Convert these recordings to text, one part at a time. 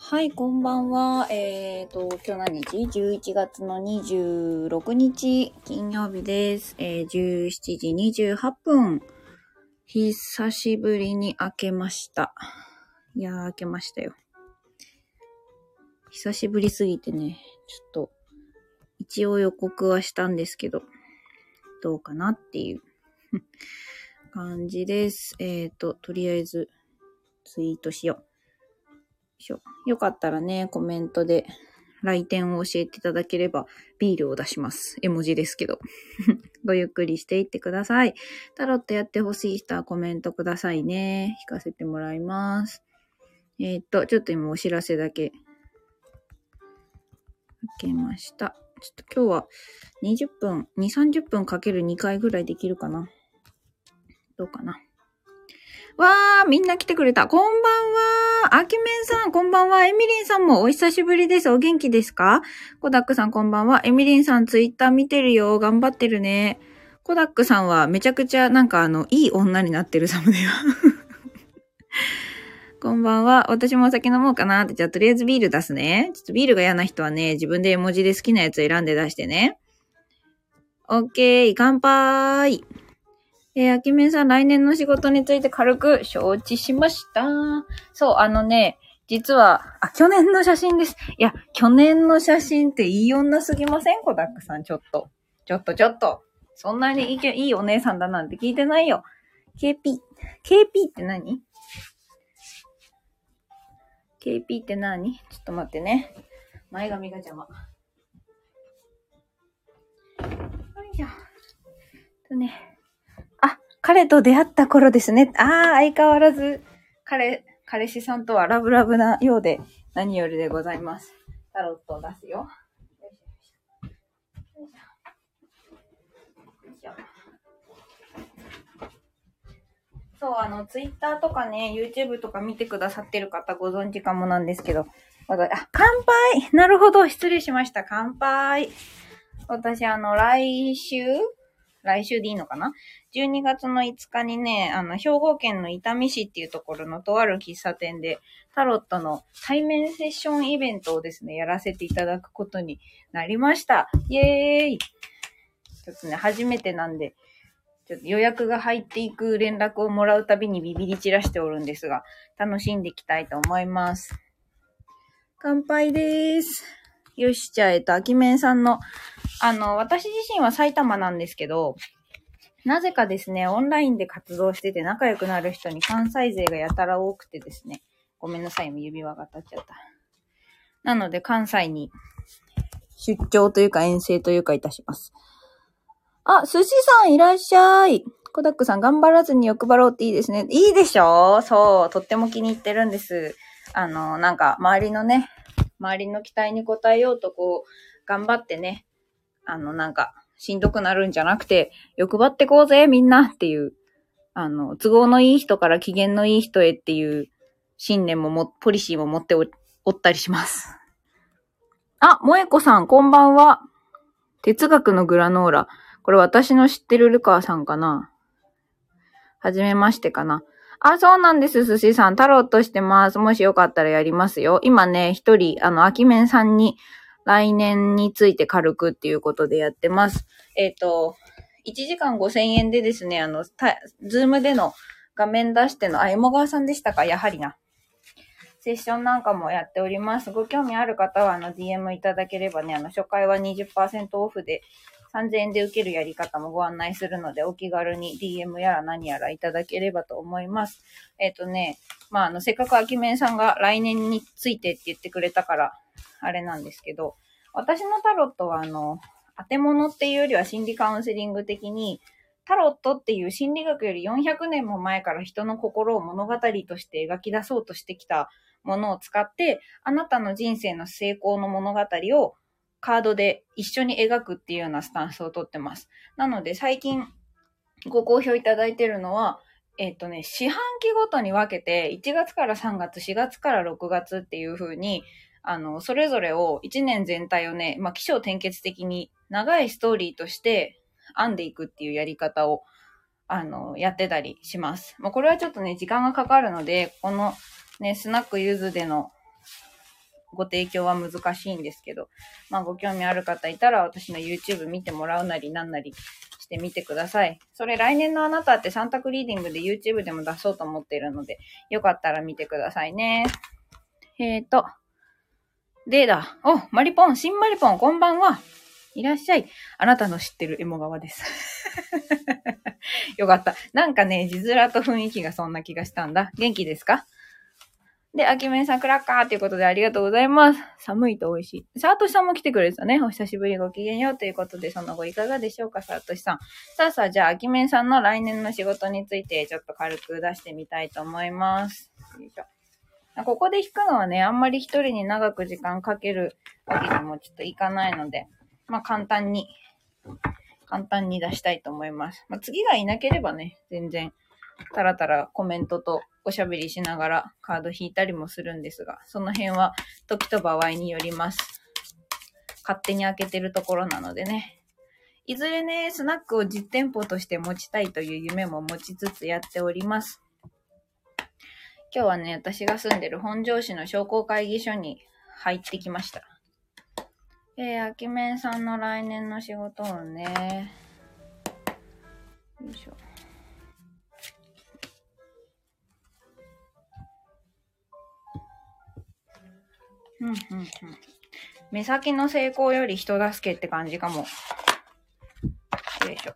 はい、こんばんは。今日何日 ?11 月の26日、金曜日です。17時28分。久しぶりに開けました。いやー、開けましたよ。久しぶりすぎてね、ちょっと、一応予告はしたんですけど、どうかなっていう感じです。とりあえず、ツイートしよう。よかったらね、コメントで来店を教えていただければビールを出します。絵文字ですけど。ごゆっくりしていってください。タロットやってほしい人はコメントくださいね。聞かせてもらいます。ちょっと今お知らせだけ開けました。ちょっと今日は20分、2、30分かける2回ぐらいできるかな。どうかな。わー、みんな来てくれた。こんばんは。あきめんさん、こんばんは。エミリンさんもお久しぶりです。お元気ですか？コダックさん、こんばんは。エミリンさん、ツイッター見てるよ。頑張ってるね。コダックさんはめちゃくちゃいい女になってるサムネは。こんばんは。私もお酒飲もうかなって。じゃあ、とりあえずビール出すね。ちょっとビールが嫌な人はね、自分で絵文字で好きなやつ選んで出してね。オッケー、乾杯。あきめんさん、来年の仕事について軽く承知しました。そう、実は、去年の写真です。いや、去年の写真っていい女すぎません？コダックさん、ちょっと。そんなにいいお姉さんだなんて聞いてないよ。KP って何？ KP って何？ちょっと待ってね。前髪が邪魔。よいしょ。彼と出会った頃ですね。相変わらず、彼氏さんとはラブラブなようで、何よりでございます。タロットを出すよ。そう、ツイッターとかね、YouTube とか見てくださってる方ご存知かもなんですけど、乾杯！なるほど、失礼しました。乾杯！私、来週でいいのかな？ 12 月の5日にね、兵庫県の伊丹市っていうところのとある喫茶店で、タロットの対面セッションイベントをですね、やらせていただくことになりました。イエーイ！ちょっとね、初めてなんで、ちょっと予約が入っていく連絡をもらうたびにビビり散らしておるんですが、楽しんでいきたいと思います。乾杯でーす。よし、じゃあ、あきめんさんの、私自身は埼玉なんですけど、なぜかですね、オンラインで活動してて仲良くなる人に関西勢がやたら多くてですね、ごめんなさい、今指輪が当たっちゃった。なので、関西に出張というか遠征というかいたします。寿司さんいらっしゃい。コダックさん頑張らずに欲張ろうっていいですね。いいでしょ？そう、とっても気に入ってるんです。周りの期待に応えようと頑張ってね、しんどくなるんじゃなくて、欲張ってこうぜ、みんなっていう、都合のいい人から機嫌のいい人へっていう信念ポリシーも持っておったりします。萌子さん、こんばんは。哲学のグラノーラ。これ私の知ってるルカーさんかな？はじめましてかな？そうなんです、寿司さん。タロットしてます。もしよかったらやりますよ。今ね、一人、あきめんさんに来年について軽くっていうことでやってます。1時間5000円でですね、ズームでの画面出しての、エモガーさんでしたか？やはりな。セッションなんかもやっております。ご興味ある方は、DM いただければね、初回は 20% オフで、3000円で受けるやり方もご案内するので、お気軽に DM やら何やらいただければと思います。せっかくあきめんさんが来年についてって言ってくれたから、あれなんですけど、私のタロットは当て物っていうよりは心理カウンセリング的に、タロットっていう心理学より400年も前から人の心を物語として描き出そうとしてきたものを使って、あなたの人生の成功の物語をカードで一緒に描くっていうようなスタンスをとってます。なので最近ご好評いただいているのは、四半期ごとに分けて、1月から3月、4月から6月っていう風に、それぞれを1年全体をね、起承転結的に長いストーリーとして編んでいくっていうやり方を、やってたりします。これはちょっとね、時間がかかるので、このね、スナックゆずでのご提供は難しいんですけど、まあご興味ある方いたら私の YouTube 見てもらうなりなんなりしてみてください。それ来年のあなたってサンタクリーディングで YouTube でも出そうと思っているので、よかったら見てくださいね。でだ。お、マリポン、新マリポン、こんばんは。いらっしゃい。あなたの知ってるエモ川です。よかった。なんかね、字面と雰囲気がそんな気がしたんだ。元気ですか？で、あきめんさんクラッカーということでありがとうございます。寒いと美味しい。さあとしさんも来てくれてたね。お久しぶりごきげんようということで、その後いかがでしょうか、さあとしさん。さあ、じゃあ、あきめんさんの来年の仕事についてちょっと軽く出してみたいと思います。よいしょ。ここで弾くのはね、あんまり一人に長く時間かけるわけにもちょっといかないので、まあ簡単に出したいと思います。まあ、次がいなければね、全然、たらたらコメントとおしゃべりしながらカード引いたりもするんですが、その辺は時と場合によります。勝手に開けてるところなのでね。いずれね、スナックを実店舗として持ちたいという夢も持ちつつやっております。今日はね、私が住んでる本庄市の商工会議所に入ってきました。あきめんさんの来年の仕事をね、よいしょ。目先の成功より人助けって感じかも。よいし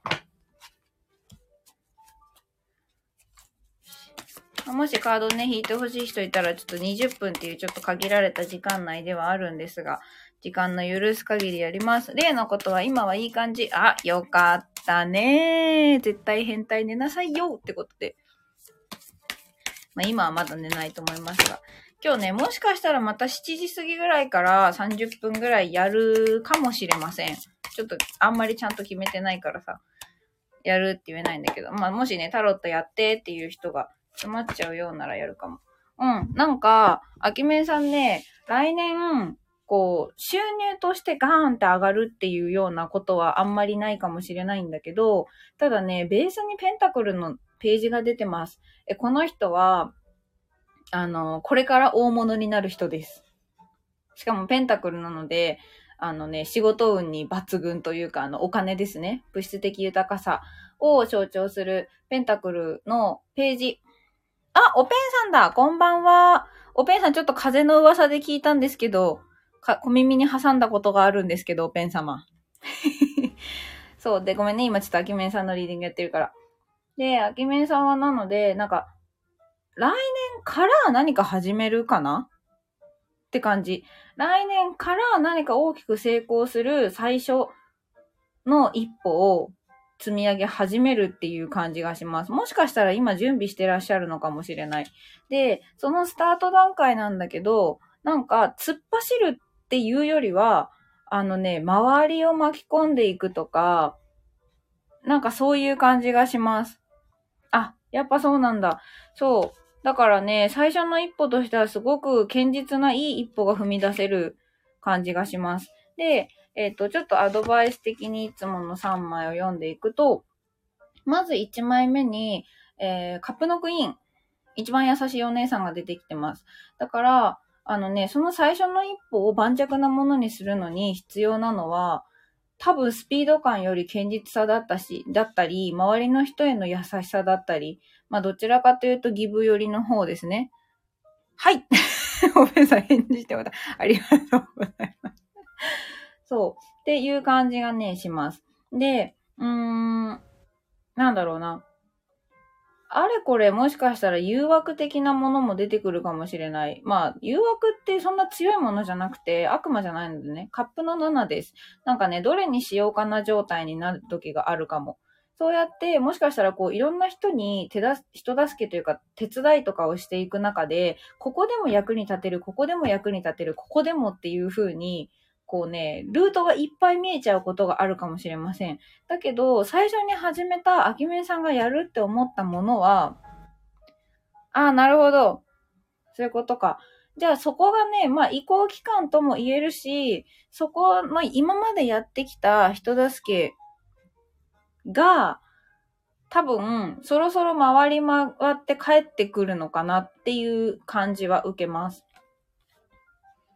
ょ。もしカードね、引いてほしい人いたら、ちょっと20分っていうちょっと限られた時間内ではあるんですが、時間の許す限りやります。例のことは今はいい感じ。あ、よかったね。絶対変態寝なさいよってことで。まあ今はまだ寝ないと思いますが。今日ね、もしかしたらまた7時過ぎぐらいから30分ぐらいやるかもしれません。ちょっとあんまりちゃんと決めてないからさ、やるって言えないんだけど、まあもしね、タロットやってっていう人が詰まっちゃうようならやるかも。なんか、あきめんさんね、来年、こう、収入としてガーンって上がるっていうようなことはあんまりないかもしれないんだけど、ただね、ベースにペンタクルのページが出てます。この人は、これから大物になる人です。しかもペンタクルなので、仕事運に抜群というか、お金ですね。物質的豊かさを象徴するペンタクルのページ。あ、おペンさんだ、こんばんは。おペンさんちょっと風の噂で聞いたんですけど、小耳に挟んだことがあるんですけど、おペン様。そう。で、ごめんね。今ちょっとアキメンさんのリーディングやってるから。で、アキメンさんはなので、なんか、来年から何か始めるかなって感じ。来年から何か大きく成功する最初の一歩を積み上げ始めるっていう感じがします。もしかしたら今準備してらっしゃるのかもしれない。で、そのスタート段階なんだけど、なんか突っ走るっていうよりは、周りを巻き込んでいくとか、なんかそういう感じがします。あ、やっぱそうなんだ。そう。だからね、最初の一歩としてはすごく堅実ないい一歩が踏み出せる感じがします。で、ちょっとアドバイス的にいつもの3枚を読んでいくと、まず1枚目に、カップのクイーン。一番優しいお姉さんが出てきてます。だから、その最初の一歩を盤石なものにするのに必要なのは、多分スピード感より堅実さだったり、周りの人への優しさだったり、まあどちらかというとギブ寄りの方ですね。はいごめんなさい、返事してもらった。ありがとうございます。そう。っていう感じがね、します。で、なんだろうな。あれこれもしかしたら誘惑的なものも出てくるかもしれない。まあ、誘惑ってそんな強いものじゃなくて悪魔じゃないのでね、カップの7です。なんかね、どれにしようかな状態になる時があるかも。そうやって、もしかしたらこう、いろんな人に人助けというか、手伝いとかをしていく中で、ここでも役に立てる、ここでも役に立てる、ここでもっていう風に、こうね、ルートがいっぱい見えちゃうことがあるかもしれません。だけど、最初に始めたアキメンさんがやるって思ったものは、なるほど。そういうことか。じゃあそこがね、まあ移行期間とも言えるし、そこの今までやってきた人助けが、多分、そろそろ回り回って帰ってくるのかなっていう感じは受けます。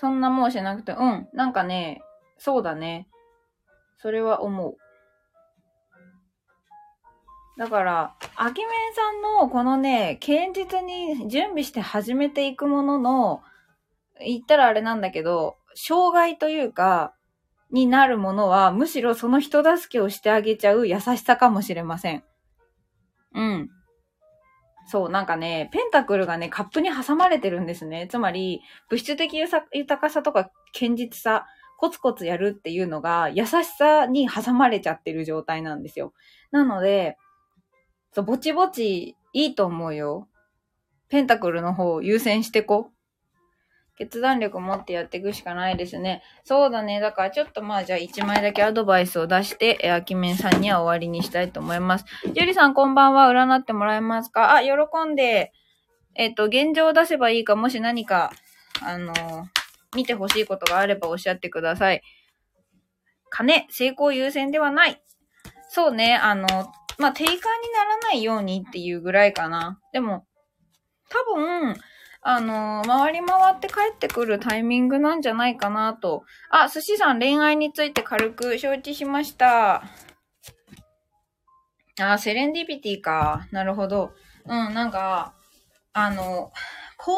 そんなもんしなくて、なんかね、そうだね。それは思う。だから、アキメンさんのこのね、堅実に準備して始めていくものの、言ったらあれなんだけど、障害というか、になるものは、むしろその人助けをしてあげちゃう優しさかもしれません。うん。そう、なんかね、ペンタクルがね、カップに挟まれてるんですね。つまり、物質的豊かさとか堅実さ、コツコツやるっていうのが、優しさに挟まれちゃってる状態なんですよ。なので、そう、ぼちぼちいいと思うよ。ペンタクルの方を優先してこ。決断力持ってやっていくしかないですね。そうだね。だからちょっとじゃあ1枚だけアドバイスを出して、アキメンさんには終わりにしたいと思います。ジュリさんこんばんは。占ってもらえますか？喜んで、現状を出せばいいか、もし何か、見てほしいことがあればおっしゃってください。金、成功優先ではない。そうね。定価にならないようにっていうぐらいかな。でも、多分、回り回って帰ってくるタイミングなんじゃないかなと。寿司さん恋愛について軽く承知しました。セレンディピティか。なるほど。なんか、幸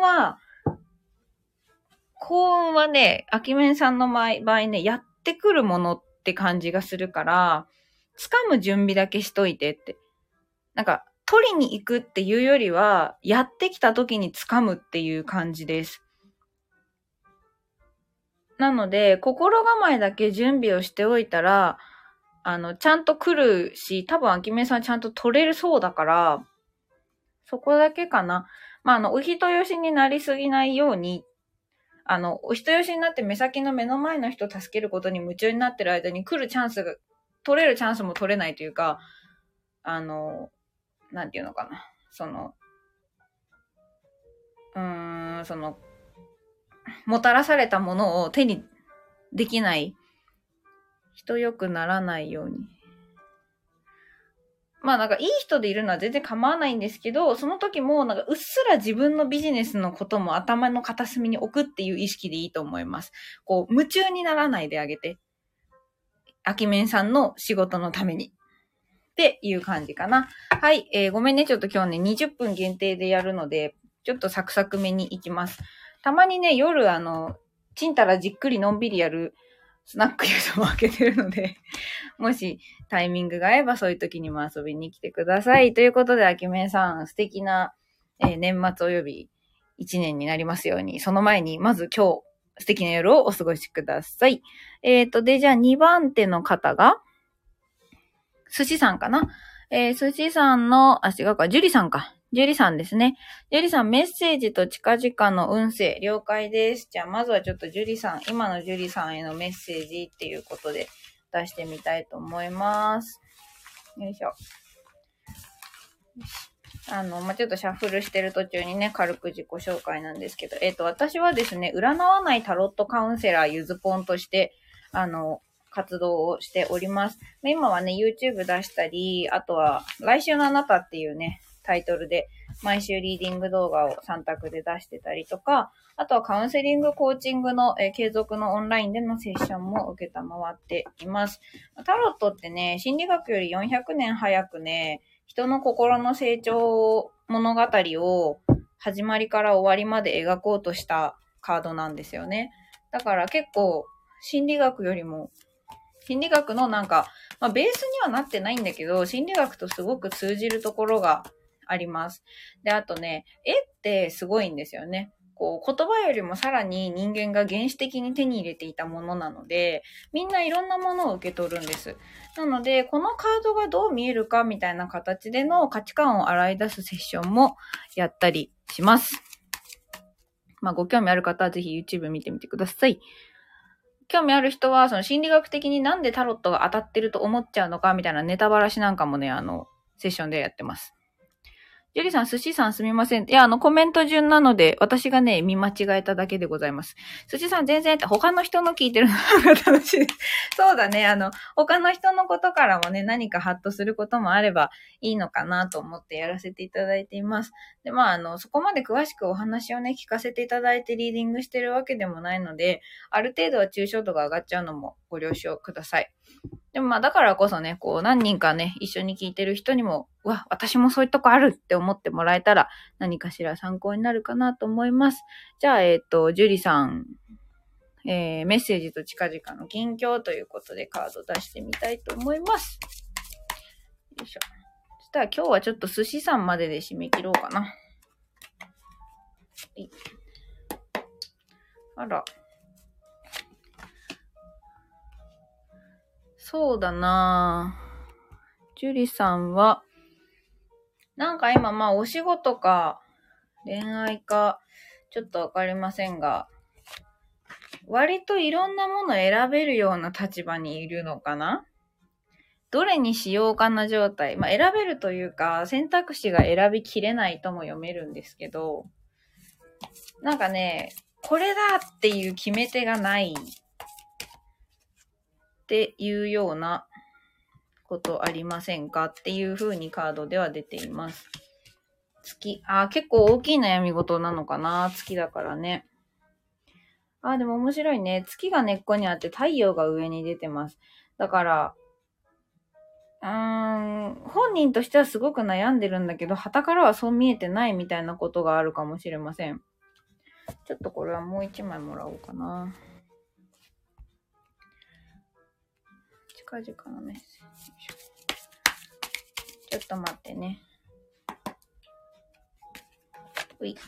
運はね、アキメンさんの場合ね、やってくるものって感じがするから、掴む準備だけしといてって。なんか、取りに行くっていうよりは、やってきた時に掴むっていう感じです。なので、心構えだけ準備をしておいたら、ちゃんと来るし、多分、アキメンさんちゃんと取れるそうだから、そこだけかな。お人よしになりすぎないように、お人よしになって目先の目の前の人を助けることに夢中になってる間に来るチャンスが、取れるチャンスも取れないというか、なんていうのかな。もたらされたものを手にできない。人良くならないように。いい人でいるのは全然構わないんですけど、その時もうっすら自分のビジネスのことも頭の片隅に置くっていう意識でいいと思います。夢中にならないであげて。アキメンさんの仕事のために。っていう感じかな。はい、ごめんね。ちょっと今日ね、20分限定でやるので、ちょっとサクサクめに行きます。たまにね、夜ちんたらじっくりのんびりやるスナック屋さんも開けてるので、もしタイミングが合えばそういう時にも遊びに来てください。ということで、あきめんさん、素敵な、年末および1年になりますように、その前に、まず今日、素敵な夜をお過ごしください。で、じゃあ2番手の方が、寿司さんかな。寿司さんの、違うか、ジュリさんか。ジュリさんですね。ジュリさん、メッセージと近々の運勢、了解です。じゃあ、まずはちょっとジュリさん、今のジュリさんへのメッセージっていうことで出してみたいと思います。よいしょ。ちょっとシャッフルしてる途中にね、軽く自己紹介なんですけど、私はですね、占わないタロットカウンセラーゆずぽんとして、活動をしております。今はね、YouTube 出したり、あとは、来週のあなたっていうね、タイトルで、毎週リーディング動画を3択で出してたりとか、あとはカウンセリング、コーチングの、継続のオンラインでのセッションも受けたまわっています。タロットってね、心理学より400年早くね、人の心の成長物語を始まりから終わりまで描こうとしたカードなんですよね。だから結構、心理学よりも心理学のベースにはなってないんだけど、心理学とすごく通じるところがあります。で、あとね、絵ってすごいんですよね。言葉よりもさらに人間が原始的に手に入れていたものなので、みんないろんなものを受け取るんです。なので、このカードがどう見えるかみたいな形での価値観を洗い出すセッションもやったりします。ご興味ある方はぜひ YouTube 見てみてください。興味ある人は、その心理学的になんでタロットが当たってると思っちゃうのかみたいなネタばらしなんかもね、セッションでやってます。 ジュリさん、寿司さんすみません。いや、コメント順なので、私がね、見間違えただけでございます。寿司さん全然、他の人の聞いてるのが楽しいです。そうだね、他の人のことからもね、何かハッとすることもあればいいのかなと思ってやらせていただいています。で、そこまで詳しくお話をね、聞かせていただいてリーディングしてるわけでもないので、ある程度は抽象度が上がっちゃうのもご了承ください。でもだからこそね、こう何人かね、一緒に聞いてる人にも、うわ、私もそういうとこあるって思ってもらえたら、何かしら参考になるかなと思います。じゃあ、ジュリさん、メッセージと近々の近況ということでカード出してみたいと思います。よいしょ。そしたら今日はちょっと寿司さんまでで締め切ろうかな。あら。そうだなぁ。ジュリさんは、なんか今お仕事か恋愛かちょっとわかりませんが、割といろんなもの選べるような立場にいるのかな？どれにしようかな状態。選べるというか、選択肢が選びきれないとも読めるんですけど、なんかね、これだっていう決め手がないっていうようなことありませんかっていう風にカードでは出ています。月。結構大きい悩み事なのかな。月だからね。でも面白いね。月が根っこにあって太陽が上に出てます。だから、本人としてはすごく悩んでるんだけど、傍からはそう見えてないみたいなことがあるかもしれません。ちょっとこれはもう一枚もらおうかな。近々のメッセージ。ちょっと待ってね。うい。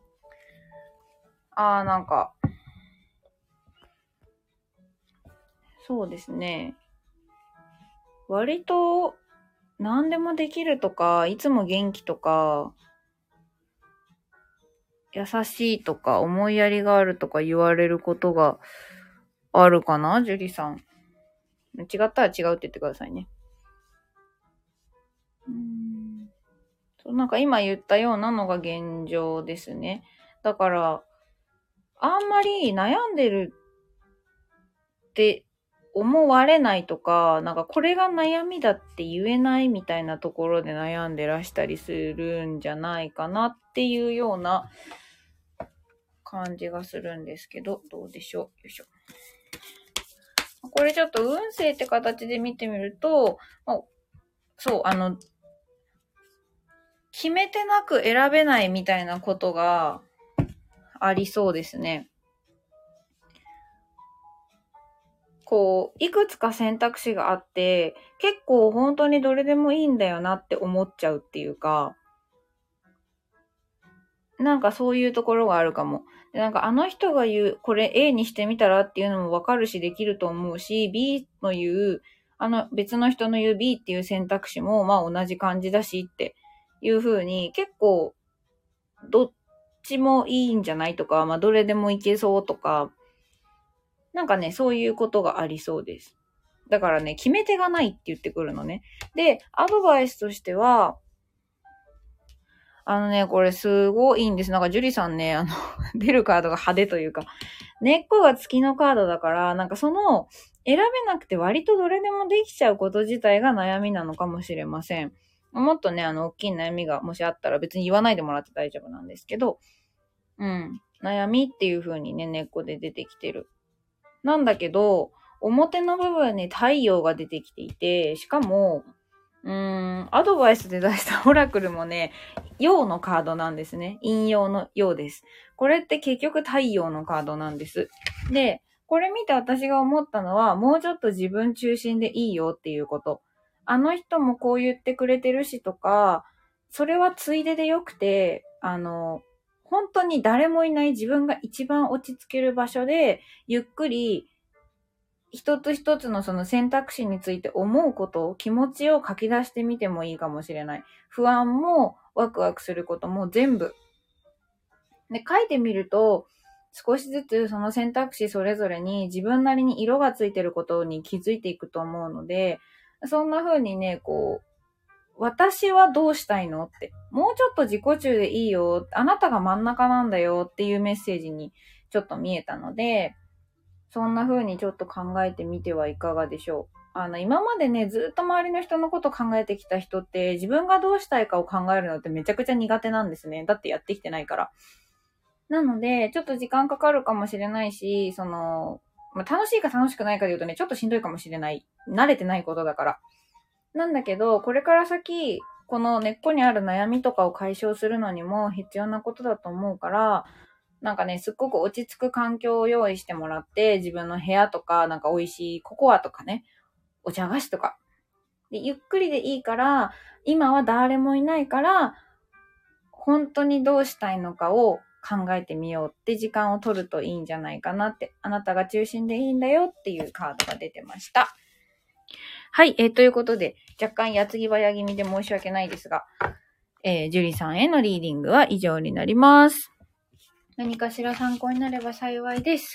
なんか、そうですね。割と、何でもできるとか、いつも元気とか、優しいとか、思いやりがあるとか言われることがあるかな、ジュリさん。違ったら違うって言ってくださいね。なんか今言ったようなのが現状ですね。だから、あんまり悩んでるって思われないとか、なんかこれが悩みだって言えないみたいなところで悩んでらしたりするんじゃないかなっていうような感じがするんですけど、どうでしょう。よいしょ。これちょっと運勢って形で見てみると、そう、決めてなく選べないみたいなことがありそうですね。こう、いくつか選択肢があって、結構本当にどれでもいいんだよなって思っちゃうっていうか、なんかそういうところがあるかも。でなんかあの人が言う、これ A にしてみたらっていうのもわかるしできると思うし、B の言う、別の人の言う B っていう選択肢も同じ感じだしっていう風に結構どっちもいいんじゃないとか、どれでもいけそうとか、なんかね、そういうことがありそうです。だからね、決め手がないって言ってくるのね。で、アドバイスとしては、これすごいいいんです。なんか、ジュリさんね、出るカードが派手というか、根っこが月のカードだから、なんか選べなくて割とどれでもできちゃうこと自体が悩みなのかもしれません。もっとね、大きい悩みがもしあったら別に言わないでもらって大丈夫なんですけど、悩みっていう風にね、根っこで出てきてる。なんだけど、表の部分に太陽が出てきていて、しかも、アドバイスで出したオラクルもね、陽のカードなんですね。陰陽の陽です。これって結局太陽のカードなんです。で、これ見て私が思ったのは、もうちょっと自分中心でいいよっていうこと。あの人もこう言ってくれてるしとか、それはついででよくて、本当に誰もいない自分が一番落ち着ける場所で、ゆっくり一つ一つのその選択肢について思うことを、気持ちを書き出してみてもいいかもしれない。不安もワクワクすることも全部。で、書いてみると、少しずつその選択肢それぞれに自分なりに色がついてることに気づいていくと思うので、そんな風にね、こう、 私はどうしたいのって。もうちょっと自己中でいいよ。あなたが真ん中なんだよっていうメッセージにちょっと見えたので、そんな風にちょっと考えてみてはいかがでしょう。今までね、ずっと周りの人のこと考えてきた人って、自分がどうしたいかを考えるのってめちゃくちゃ苦手なんですね。だってやってきてないから。なので、ちょっと時間かかるかもしれないし、楽しいか楽しくないかで言うとね、ちょっとしんどいかもしれない。慣れてないことだから。なんだけど、これから先、この根っこにある悩みとかを解消するのにも必要なことだと思うから、なんかね、すっごく落ち着く環境を用意してもらって、自分の部屋とか、なんか美味しいココアとかね、お茶菓子とか。で、ゆっくりでいいから、今は誰もいないから、本当にどうしたいのかを考えてみようって時間を取るといいんじゃないかなって、あなたが中心でいいんだよっていうカードが出てました。はい、ということで、若干矢継ぎ早気味で申し訳ないですが、ジュリさんへのリーディングは以上になります。何かしら参考になれば幸いです。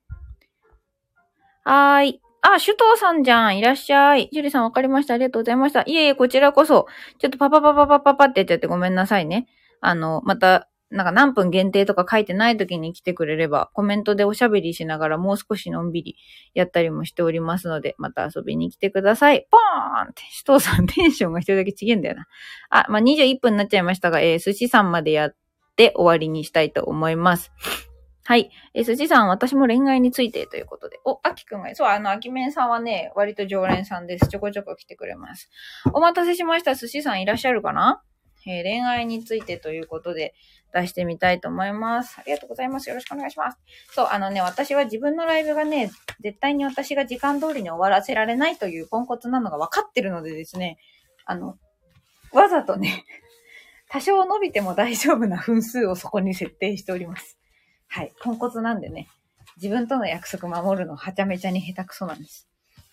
はーい。あ、首藤さんじゃん。いらっしゃい。ジュリさんわかりました。ありがとうございました。いえいえ、こちらこそ。ちょっとパパパパパパパってやっちゃってごめんなさいね。また、なんか何分限定とか書いてない時に来てくれれば、コメントでおしゃべりしながらもう少しのんびりやったりもしておりますので、また遊びに来てください。ポーンって、首藤さんテンションが一人だけ違えんだよな。あ、21分になっちゃいましたが、寿司さんまでやって終わりにしたいと思います。はい。辻さん、私も恋愛についてということで。あきくんが、そう、あきめんさんはね、割と常連さんです。ちょこちょこ来てくれます。お待たせしました。寿司さんいらっしゃるかな？恋愛についてということで出してみたいと思います。ありがとうございます。よろしくお願いします。そう、私は自分のライブがね、絶対に私が時間通りに終わらせられないというポンコツなのが分かってるのでですね、わざとね、多少伸びても大丈夫な分数をそこに設定しております。はい。ポンコツなんでね。自分との約束守るのはちゃめちゃに下手くそなんです。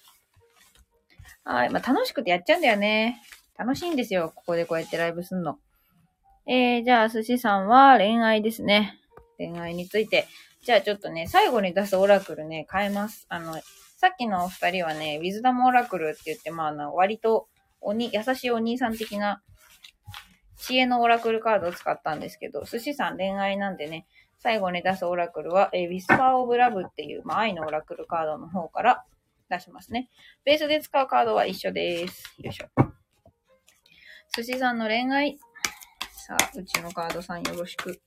はい。楽しくてやっちゃうんだよね。楽しいんですよ。ここでこうやってライブすんの。じゃあ、寿司さんは恋愛ですね。恋愛について。じゃあちょっとね、最後に出すオラクルね、変えます。さっきのお二人はね、ウィズダムオラクルって言って、割と優しいお兄さん的な知恵のオラクルカードを使ったんですけど、寿司さん恋愛なんでね、最後に出すオラクルは、ウィスパーオブラブっていう、愛のオラクルカードの方から出しますね。ベースで使うカードは一緒です。よいしょ。寿司さんの恋愛。さあ、うちのカードさんよろしく。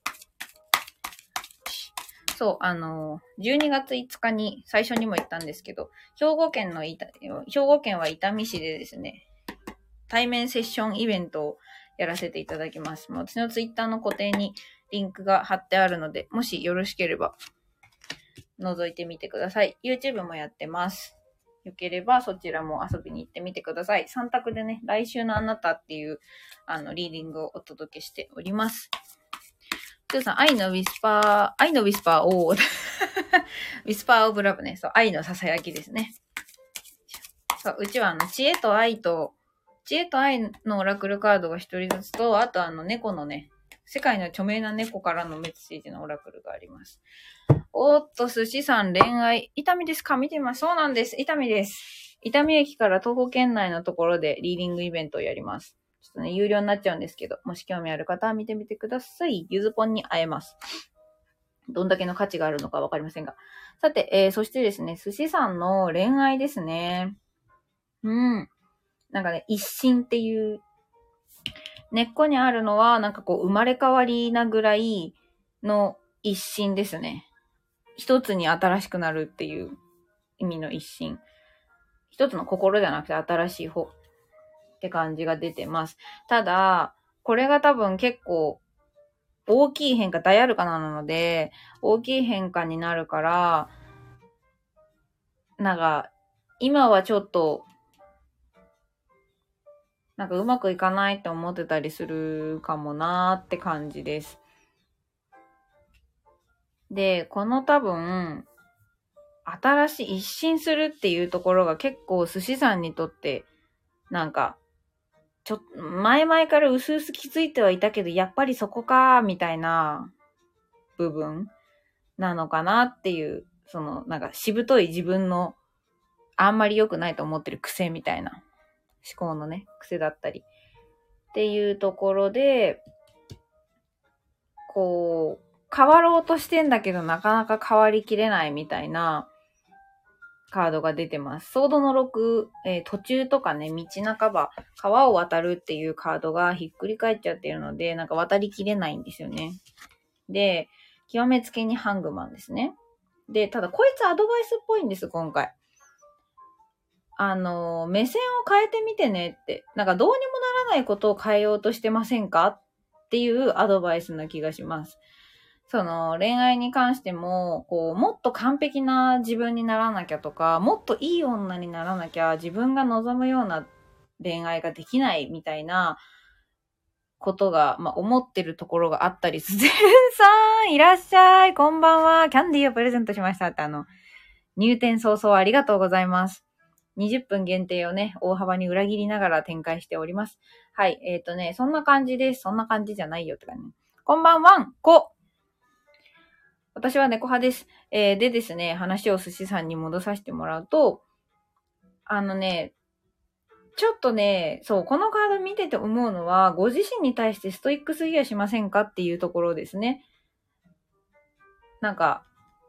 そう、12月5日に最初にも言ったんですけど、兵庫県は伊丹市でですね、対面セッションイベントをやらせていただきます。私のツイッターの固定にリンクが貼ってあるので、もしよろしければ覗いてみてください。YouTube もやってます。よければそちらも遊びに行ってみてください。3択でね、来週のあなたっていうリーディングをお届けしております。トゥーさん、愛のウィスパーをウィスパーオブラブね。そう、愛の囁きですね。そう、うちは知恵と愛のオラクルカードが一人ずつと、あと猫のね、世界の著名な猫からのメッセージのオラクルがあります。おっと、寿司さん恋愛。伊丹ですか？見てます。そうなんです。伊丹です。伊丹駅から徒歩圏内のところでリーディングイベントをやります。ちょっとね、有料になっちゃうんですけど、もし興味ある方は見てみてください。ゆずぽんに会えます。どんだけの価値があるのかわかりませんが。さて、そしてですね、寿司さんの恋愛ですね。なんかね、一心っていう、根っこにあるのは、なんかこう、生まれ変わりなぐらいの一心ですね。一つに新しくなるっていう意味の一心。一つの心じゃなくて新しい方って感じが出てます。ただ、これが多分結構大きい変化、大アルカナなので、大きい変化になるから、なんか、今はちょっと、なんかうまくいかないって思ってたりするかもなーって感じです。で、この多分、新しい一新するっていうところが結構寿司さんにとって、なんか、前々からうすうす気づいてはいたけど、やっぱりそこかーみたいな部分なのかなっていう、なんかしぶとい自分のあんまり良くないと思ってる癖みたいな思考のね、癖だったりっていうところで、こう、変わろうとしてんだけどなかなか変わりきれないみたいなカードが出てます。ソードの6、途中とかね、道半ば、川を渡るっていうカードがひっくり返っちゃってるので、なんか渡りきれないんですよね。で、極めつけにハングマンですね。で、ただこいつアドバイスっぽいんです、今回。目線を変えてみてねって、なんかどうにもならないことを変えようとしてませんかっていうアドバイスな気がします。その恋愛に関しても、こう、もっと完璧な自分にならなきゃとか、もっといい女にならなきゃ自分が望むような恋愛ができないみたいなことが、思ってるところがあったりする。さん、いらっしゃい、こんばんは。キャンディーをプレゼントしましたって入店早々ありがとうございます。20分限定をね、大幅に裏切りながら展開しております。はい、そんな感じです。そんな感じじゃないよってかね。こんばんは、私は猫派です。でですね、話を寿司さんに戻させてもらうと、ちょっとね、そう、このカード見てて思うのは、ご自身に対してストイックすぎやしませんかっていうところですね。なんか、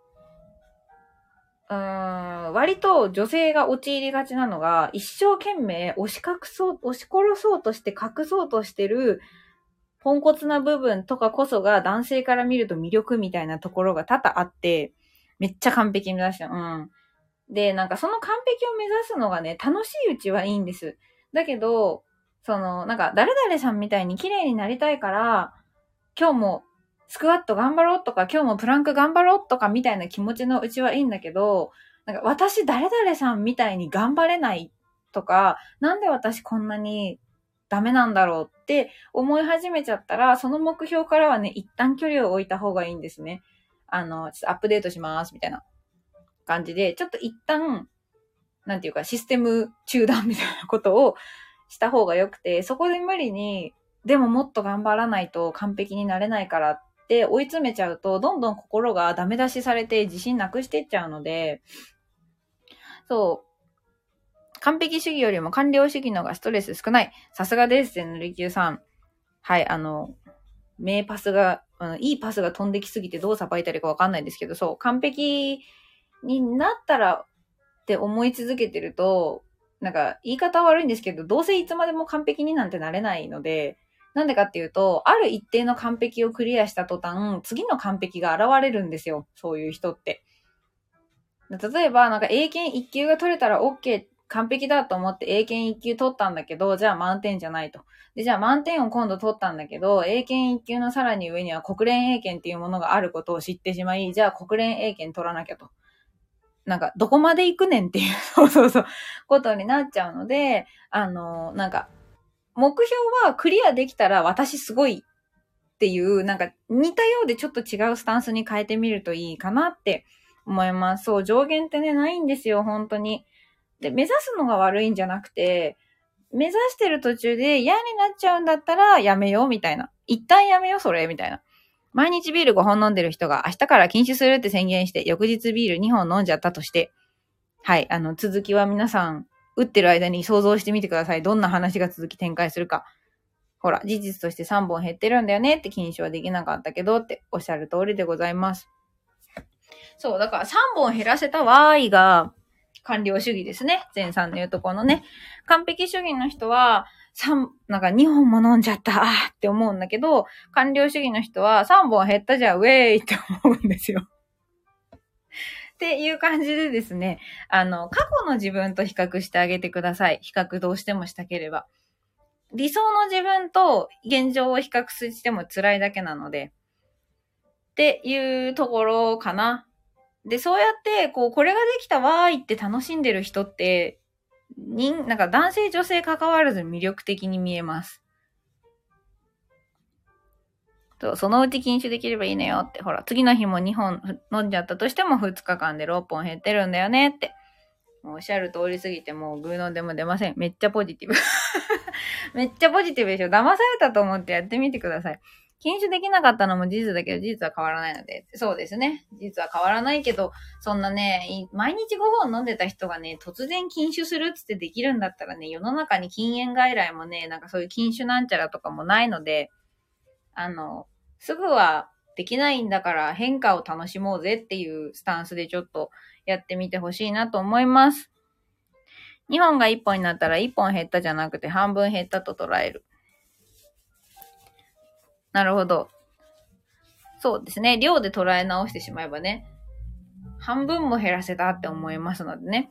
割と女性が陥りがちなのが、一生懸命押し殺そうとして隠そうとしてる、ポンコツな部分とかこそが男性から見ると魅力みたいなところが多々あって、めっちゃ完璧に目指した。で、なんかその完璧を目指すのがね、楽しいうちはいいんです。だけど、なんか誰々さんみたいに綺麗になりたいから、今日もスクワット頑張ろうとか、今日もプランク頑張ろうとかみたいな気持ちのうちはいいんだけど、なんか私誰々さんみたいに頑張れないとか、なんで私こんなにダメなんだろうって思い始めちゃったら、その目標からはね、一旦距離を置いた方がいいんですね。ちょっとアップデートします、みたいな感じで、ちょっと一旦、なんていうか、システム中断みたいなことをした方がよくて、そこで無理に、でももっと頑張らないと完璧になれないからって追い詰めちゃうと、どんどん心がダメ出しされて自信なくしていっちゃうので、そう、完璧主義よりも完了主義の方がストレス少ない。さすがです、ぬりきゅうさん。はい、名パスが、いいパスが飛んできすぎてどうさばいたりかわかんないですけど、そう、完璧になったらって思い続けてると、なんか言い方悪いんですけど、どうせいつまでも完璧になんてなれないので、なんでかっていうと、ある一定の完璧をクリアした途端、次の完璧が現れるんですよ。そういう人って。例えば、なんか英検1級が取れたら OK、完璧だと思って英検1級取ったんだけど、じゃあ満点じゃないと。で、じゃあ満点を今度取ったんだけど、英検1級のさらに上には国連英検っていうものがあることを知ってしまい、じゃあ国連英検取らなきゃと。なんか、どこまで行くねんっていう、ことになっちゃうので、なんか、目標はクリアできたら私すごいっていう、なんか似たようでちょっと違うスタンスに変えてみるといいかなって思います。そう、上限ってね、ないんですよ、本当に。で、目指すのが悪いんじゃなくて、目指してる途中で嫌になっちゃうんだったらやめようみたいな。一旦やめようそれみたいな。毎日ビール5本飲んでる人が明日から禁止するって宣言して翌日ビール2本飲んじゃったとして、はい、続きは皆さん打ってる間に想像してみてください。どんな話が続き展開するか。ほら、事実として3本減ってるんだよねって禁止はできなかったけどっておっしゃる通りでございます。そう、だから3本減らせたわーいが完了主義ですね。前さんの言うところのね。完璧主義の人は、なんか2本も飲んじゃったって思うんだけど、完了主義の人は3本減ったじゃん、ウェーイって思うんですよ。っていう感じでですね、過去の自分と比較してあげてください。比較どうしてもしたければ。理想の自分と現状を比較しても辛いだけなので、っていうところかな。で、そうやって、これができたわーいって楽しんでる人って、なんか男性女性関わらず魅力的に見えます。そのうち禁酒できればいいのよって。ほら、次の日も2本飲んじゃったとしても2日間で6本減ってるんだよねって。もうおっしゃる通りすぎてもうグーのでも出ません。めっちゃポジティブ。めっちゃポジティブでしょ。騙されたと思ってやってみてください。 禁酒できなかったのも事実だけど、事実は変わらないので。そうですね。事実は変わらないけど、そんなね、毎日5本飲んでた人がね、突然禁酒するっつってできるんだったらね、世の中に禁煙外来もね、なんかそういう禁酒なんちゃらとかもないので、すぐはできないんだから変化を楽しもうぜっていうスタンスでちょっとやってみてほしいなと思います。2本が1本になったら1本減ったじゃなくて半分減ったと捉える。なるほど。そうですね。量で捉え直してしまえばね、半分も減らせたって思いますのでね。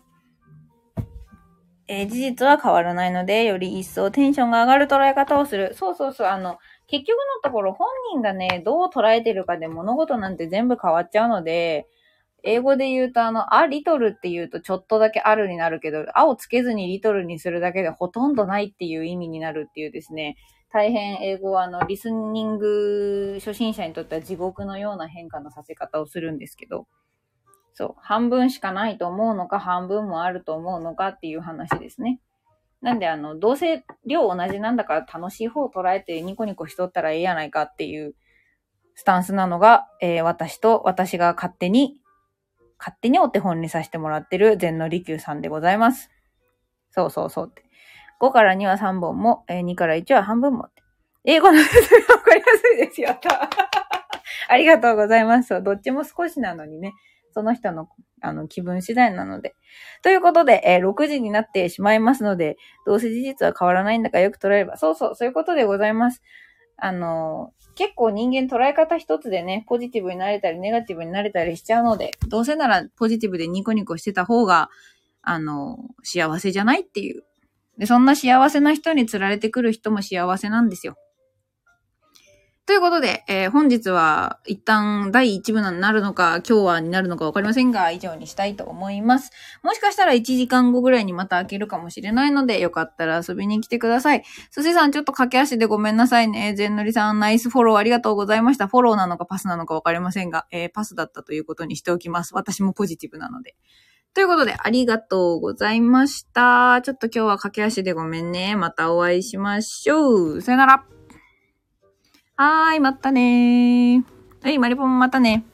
事実は変わらないので、より一層テンションが上がる捉え方をする。そう。結局のところ本人がね、どう捉えてるかで物事なんて全部変わっちゃうので、英語で言うとリトルって言うとちょっとだけあるになるけど、をつけずにリトルにするだけでほとんどないっていう意味になるっていうですね、大変英語はリスニング初心者にとっては地獄のような変化のさせ方をするんですけど、そう、半分しかないと思うのか、半分もあると思うのかっていう話ですね。なんでどうせ量同じなんだから楽しい方を捉えてニコニコしとったらええやないかっていうスタンスなのが、私が勝手にお手本にさせてもらってる禅の利休さんでございます。そうって。5から2は3本も、2から1は半分もって。英語の説明わかりやすいですよ。ありがとうございます。どっちも少しなのにね、その人の気分次第なので。ということで、6時になってしまいますので、どうせ事実は変わらないんだからよく捉えれば。そういうことでございます。結構人間捉え方一つでね、ポジティブになれたりネガティブになれたりしちゃうので、どうせならポジティブでニコニコしてた方が、幸せじゃないっていう。で、そんな幸せな人に釣られてくる人も幸せなんですよ。ということで、本日は一旦第1部になるのか、今日はになるのかわかりませんが、以上にしたいと思います。もしかしたら1時間後ぐらいにまた開けるかもしれないので、よかったら遊びに来てください。すしさん、ちょっと駆け足でごめんなさいね。ぜんのりさん、ナイスフォローありがとうございました。フォローなのかパスなのかわかりませんが、パスだったということにしておきます。私もポジティブなので。ということで、ありがとうございました。ちょっと今日は駆け足でごめんね。またお会いしましょう。さよなら。またねー。はい、マリポンまたね。